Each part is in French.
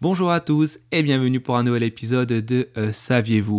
Bonjour à tous et bienvenue pour un nouvel épisode de Saviez-vous ?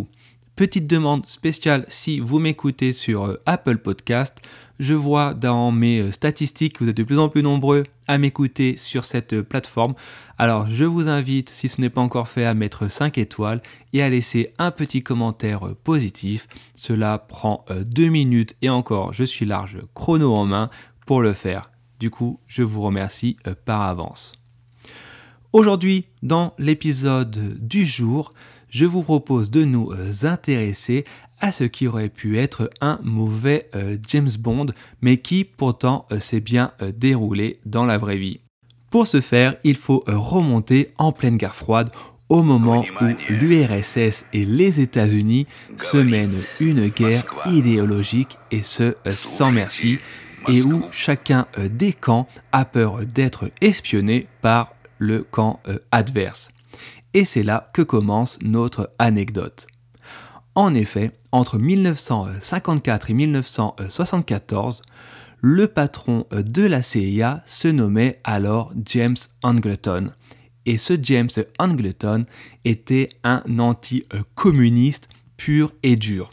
Petite demande spéciale si vous m'écoutez sur Apple Podcast. Je vois dans mes statistiques que vous êtes de plus en plus nombreux à m'écouter sur cette plateforme. Alors je vous invite, si ce n'est pas encore fait, à mettre 5 étoiles et à laisser un petit commentaire positif. Cela prend 2 minutes et encore, je suis large chrono en main pour le faire. Du coup, je vous remercie par avance. Aujourd'hui, dans l'épisode du jour, je vous propose de nous intéresser à ce qui aurait pu être un mauvais James Bond, mais qui pourtant s'est bien déroulé dans la vraie vie. Pour ce faire, il faut remonter en pleine guerre froide, au moment où l'URSS et les États-Unis se mènent une guerre idéologique et ce sans merci, et où chacun des camps a peur d'être espionné par le camp adverse. Et c'est là que commence notre anecdote. En effet, entre 1954 et 1974, le patron de la CIA se nommait alors James Angleton. Et ce James Angleton était un anti-communiste pur et dur.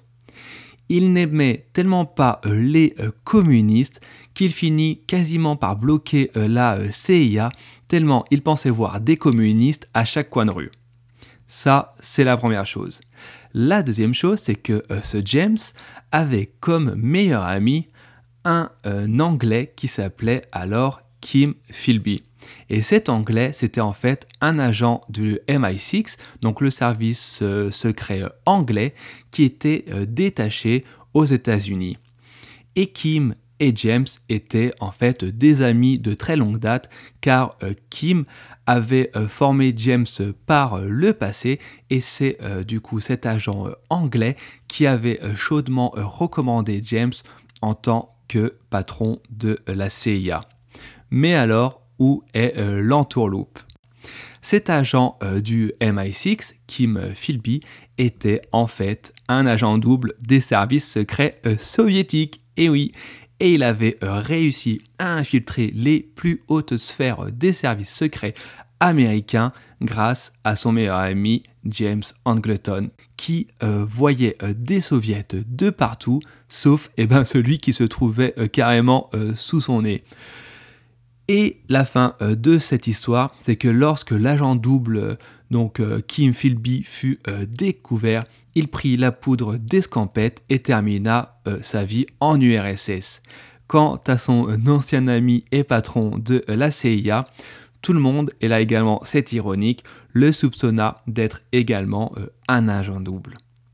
Il n'aimait tellement pas les communistes qu'il finit quasiment par bloquer la CIA tellement il pensait voir des communistes à chaque coin de rue. Ça, c'est la première chose. La deuxième chose, c'est que ce James avait comme meilleur ami un Anglais qui s'appelait alors Kim Philby. Et cet Anglais, c'était en fait un agent du MI6, donc le service secret anglais, qui était détaché aux États-Unis. Et Kim et James étaient en fait des amis de très longue date, car Kim avait formé James par le passé, et c'est du coup cet agent anglais qui avait chaudement recommandé James en tant que patron de la CIA. Mais alors, où est l'entourloupe ? Cet agent du MI6, Kim Philby, était en fait un agent double des services secrets soviétiques. Et oui, et il avait réussi à infiltrer les plus hautes sphères des services secrets américains grâce à son meilleur ami James Angleton, qui voyait des soviets de partout, sauf celui qui se trouvait carrément sous son nez. Et la fin de cette histoire, c'est que lorsque l'agent double, Kim Philby, fut découvert, il prit la poudre d'escampette et termina sa vie en URSS. Quant à son ancien ami et patron de la CIA, tout le monde, et là également c'est ironique, le soupçonna d'être également un agent double.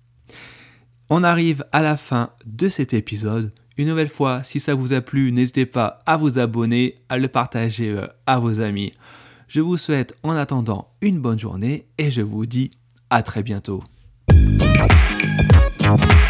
On arrive à la fin de cet épisode. Une nouvelle fois, si ça vous a plu, n'hésitez pas à vous abonner, à le partager à vos amis. Je vous souhaite en attendant une bonne journée et je vous dis à très bientôt.